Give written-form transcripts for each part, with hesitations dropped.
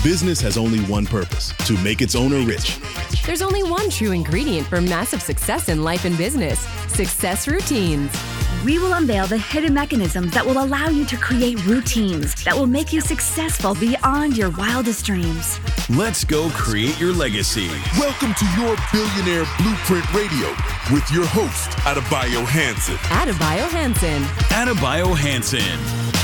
Business has only one purpose, to make its owner rich. There's only one true ingredient for massive success in life and business: success routines. We will unveil the hidden mechanisms that will allow you to create routines that will make you successful beyond your wildest dreams. Let's go create your legacy. Welcome to your Billionaire Blueprint Radio with your host, Adebayo Hanson. Adebayo Hanson. Adebayo Hanson.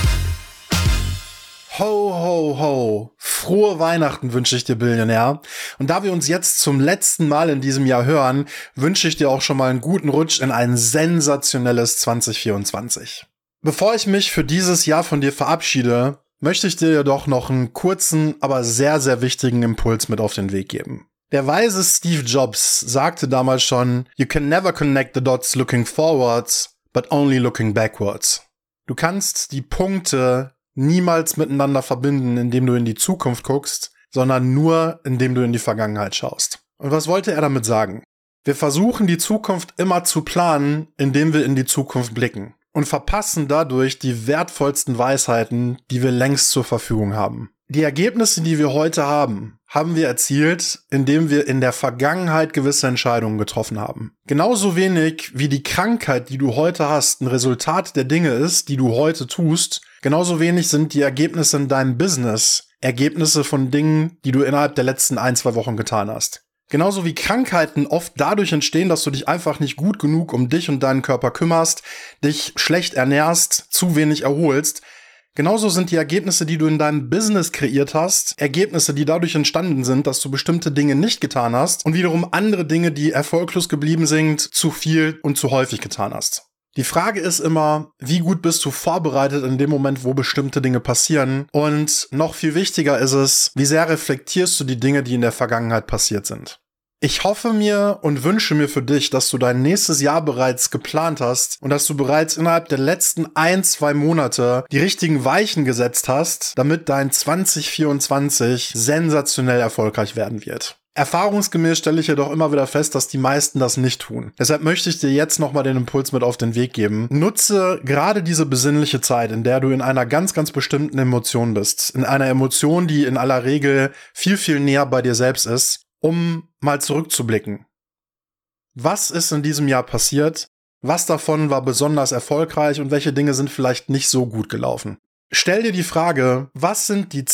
Ho, ho, ho. Frohe Weihnachten wünsche ich dir, Billionär. Und da wir uns jetzt zum letzten Mal in diesem Jahr hören, wünsche ich dir auch schon mal einen guten Rutsch in ein sensationelles 2024. Bevor ich mich für dieses Jahr von dir verabschiede, möchte ich dir jedoch noch einen kurzen, aber sehr, sehr wichtigen Impuls mit auf den Weg geben. Der weise Steve Jobs sagte damals schon: "You can never connect the dots looking forwards, but only looking backwards." Du kannst die Punkte niemals miteinander verbinden, indem du in die Zukunft guckst, sondern nur, indem du in die Vergangenheit schaust. Und was wollte er damit sagen? Wir versuchen, die Zukunft immer zu planen, indem wir in die Zukunft blicken und verpassen dadurch die wertvollsten Weisheiten, die wir längst zur Verfügung haben. Die Ergebnisse, die wir heute haben, haben wir erzielt, indem wir in der Vergangenheit gewisse Entscheidungen getroffen haben. Genauso wenig wie die Krankheit, die du heute hast, ein Resultat der Dinge ist, die du heute tust, genauso wenig sind die Ergebnisse in deinem Business Ergebnisse von Dingen, die du innerhalb der letzten 1-2 Wochen getan hast. Genauso wie Krankheiten oft dadurch entstehen, dass du dich einfach nicht gut genug um dich und deinen Körper kümmerst, dich schlecht ernährst, zu wenig erholst. Genauso sind die Ergebnisse, die du in deinem Business kreiert hast, Ergebnisse, die dadurch entstanden sind, dass du bestimmte Dinge nicht getan hast und wiederum andere Dinge, die erfolglos geblieben sind, zu viel und zu häufig getan hast. Die Frage ist immer, wie gut bist du vorbereitet in dem Moment, wo bestimmte Dinge passieren? Und noch viel wichtiger ist es, wie sehr reflektierst du die Dinge, die in der Vergangenheit passiert sind? Ich hoffe mir und wünsche mir für dich, dass du dein nächstes Jahr bereits geplant hast und dass du bereits innerhalb der letzten 1-2 Monate die richtigen Weichen gesetzt hast, damit dein 2024 sensationell erfolgreich werden wird. Erfahrungsgemäß stelle ich jedoch immer wieder fest, dass die meisten das nicht tun. Deshalb möchte ich dir jetzt nochmal den Impuls mit auf den Weg geben. Nutze gerade diese besinnliche Zeit, in der du in einer ganz, ganz bestimmten Emotion bist. In einer Emotion, die in aller Regel viel, viel näher bei dir selbst ist, um mal zurückzublicken. Was ist in diesem Jahr passiert? Was davon war besonders erfolgreich und welche Dinge sind vielleicht nicht so gut gelaufen? Stell dir die Frage, was sind die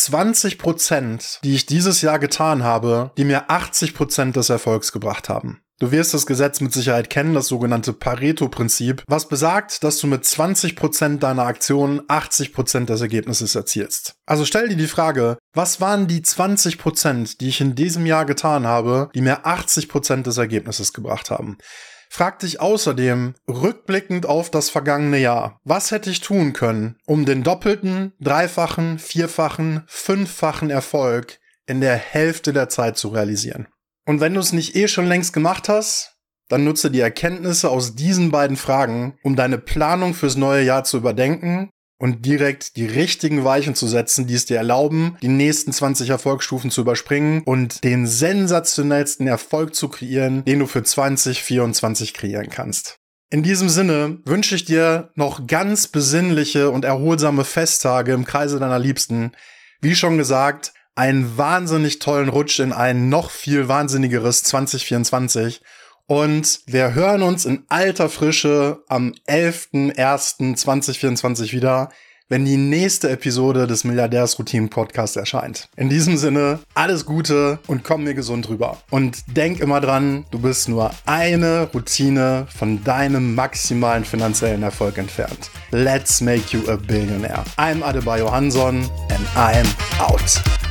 20%, die ich dieses Jahr getan habe, die mir 80% des Erfolgs gebracht haben? Du wirst das Gesetz mit Sicherheit kennen, das sogenannte Pareto-Prinzip, was besagt, dass du mit 20% deiner Aktionen 80% des Ergebnisses erzielst. Also stell dir die Frage, was waren die 20%, die ich in diesem Jahr getan habe, die mir 80% des Ergebnisses gebracht haben? Frag dich außerdem, rückblickend auf das vergangene Jahr, was hätte ich tun können, um den doppelten, 3-fachen, 4-fachen, 5-fachen Erfolg in der Hälfte der Zeit zu realisieren? Und wenn du es nicht schon längst gemacht hast, dann nutze die Erkenntnisse aus diesen beiden Fragen, um deine Planung fürs neue Jahr zu überdenken und direkt die richtigen Weichen zu setzen, die es dir erlauben, die nächsten 20 Erfolgsstufen zu überspringen und den sensationellsten Erfolg zu kreieren, den du für 2024 kreieren kannst. In diesem Sinne wünsche ich dir noch ganz besinnliche und erholsame Festtage im Kreise deiner Liebsten. Wie schon gesagt, einen wahnsinnig tollen Rutsch in ein noch viel wahnsinnigeres 2024. Und wir hören uns in alter Frische am 11.01.2024 wieder, wenn die nächste Episode des Milliardärsroutinen-Podcasts erscheint. In diesem Sinne, alles Gute und komm mir gesund rüber. Und denk immer dran, du bist nur eine Routine von deinem maximalen finanziellen Erfolg entfernt. Let's make you a billionaire. I'm Adebayo Hanson and I'm out.